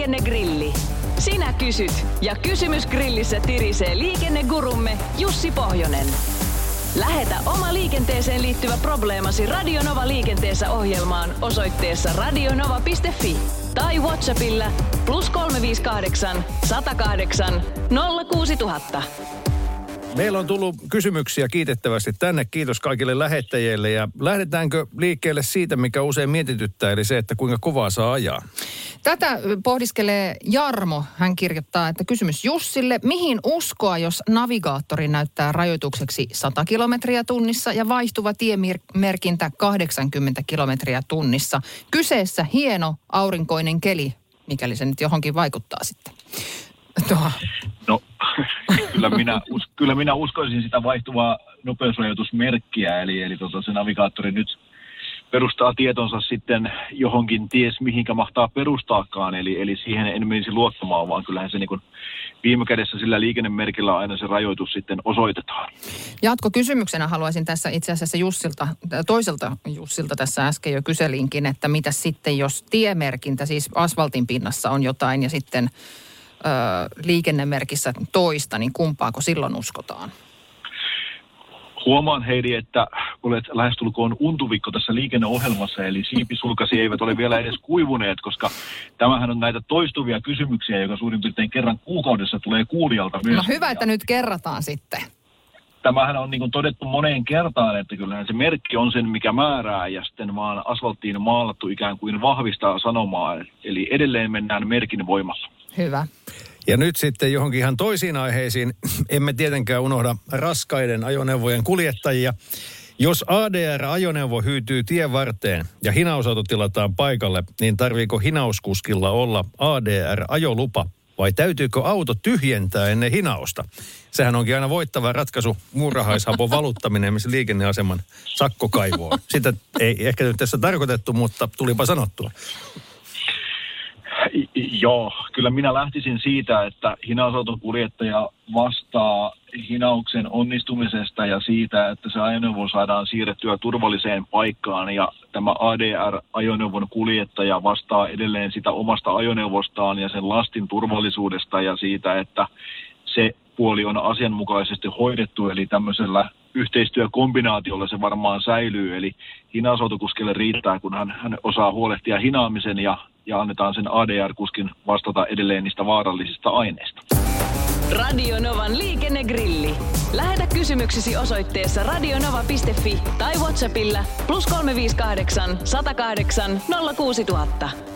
Liikennegrilli. Sinä kysyt ja kysymys grillissä tirisee liikennegurumme Jussi Pohjonen. Lähetä oma liikenteeseen liittyvä probleemasi Radio Nova liikenteessä ohjelmaan osoitteessa radionova.fi tai WhatsAppilla +358 108 06000. Meillä on tullut kysymyksiä kiitettävästi tänne. Kiitos kaikille lähettäjille. Ja lähdetäänkö liikkeelle siitä, mikä usein mietityttää, eli se, että kuinka kovaa saa ajaa? Tätä pohdiskelee Jarmo. Hän kirjoittaa, että kysymys Jussille. Mihin uskoa, jos navigaattori näyttää rajoitukseksi 100 kilometriä tunnissa ja vaihtuva tiemerkintä 80 kilometriä tunnissa? Kyseessä hieno aurinkoinen keli, mikäli se nyt johonkin vaikuttaa sitten. No, kyllä minä uskoisin sitä vaihtuvaa nopeusrajoitusmerkkiä, eli se navigaattori nyt perustaa tietonsa sitten johonkin ties mihinkä mahtaa perustaakaan, eli siihen en menisi luottamaan, vaan kyllähän se niin kuin viime kädessä sillä liikennemerkillä aina se rajoitus sitten osoitetaan. Jatkokysymyksenä haluaisin tässä itse asiassa toiselta Jussilta tässä äsken jo kyselinkin, että mitä sitten jos tiemerkintä, siis asfaltin pinnassa on jotain ja sitten liikennemerkissä toista, niin kumpaako silloin uskotaan? Huomaan, Heidi, että olet lähestulkoon untuvikko tässä liikenneohjelmassa, eli siipisulkasi eivät ole vielä edes kuivuneet, koska tämähän on näitä toistuvia kysymyksiä, joka suurin piirtein kerran kuukaudessa tulee kuulijalta myös. No hyvä, että nyt kerrataan sitten. Tämähän on niin kuin todettu moneen kertaan, että kyllähän se merkki on sen, mikä määrää, ja sitten vaan asfalttiin maalattu ikään kuin vahvistaa sanomaa. Eli edelleen mennään merkin voimalla. Hyvä. Ja nyt sitten johonkin ihan toisiin aiheisiin. Emme tietenkään unohda raskaiden ajoneuvojen kuljettajia. Jos ADR-ajoneuvo hyytyy tien varteen ja hinausauto tilataan paikalle, niin tarviiko hinauskuskilla olla ADR-ajolupa vai täytyykö auto tyhjentää ennen hinausta? Sehän onkin aina voittava ratkaisu muurahaishapon valuttaminen missä liikenneaseman sakkokaivoon. Sitä ei ehkä nyt tässä tarkoitettu, mutta tulipa sanottua. Joo, kyllä minä lähtisin siitä, että hinausauton kuljettaja vastaa hinauksen onnistumisesta ja siitä, että se ajoneuvo saadaan siirrettyä turvalliseen paikkaan. Ja tämä ADR-ajoneuvon kuljettaja vastaa edelleen sitä omasta ajoneuvostaan ja sen lastin turvallisuudesta ja siitä, että se puoli on asianmukaisesti hoidettu. Eli tämmöisellä yhteistyökombinaatiolla se varmaan säilyy. Eli hinausautokuskille riittää, kun hän osaa huolehtia hinaamisen ja annetaan sen ADR-kuskin vastata edelleen niistä vaarallisista aineista. Radio Novan liikennegrilli. Lähetä kysymyksesi osoitteessa radionova.fi tai WhatsAppilla +358 108 06000.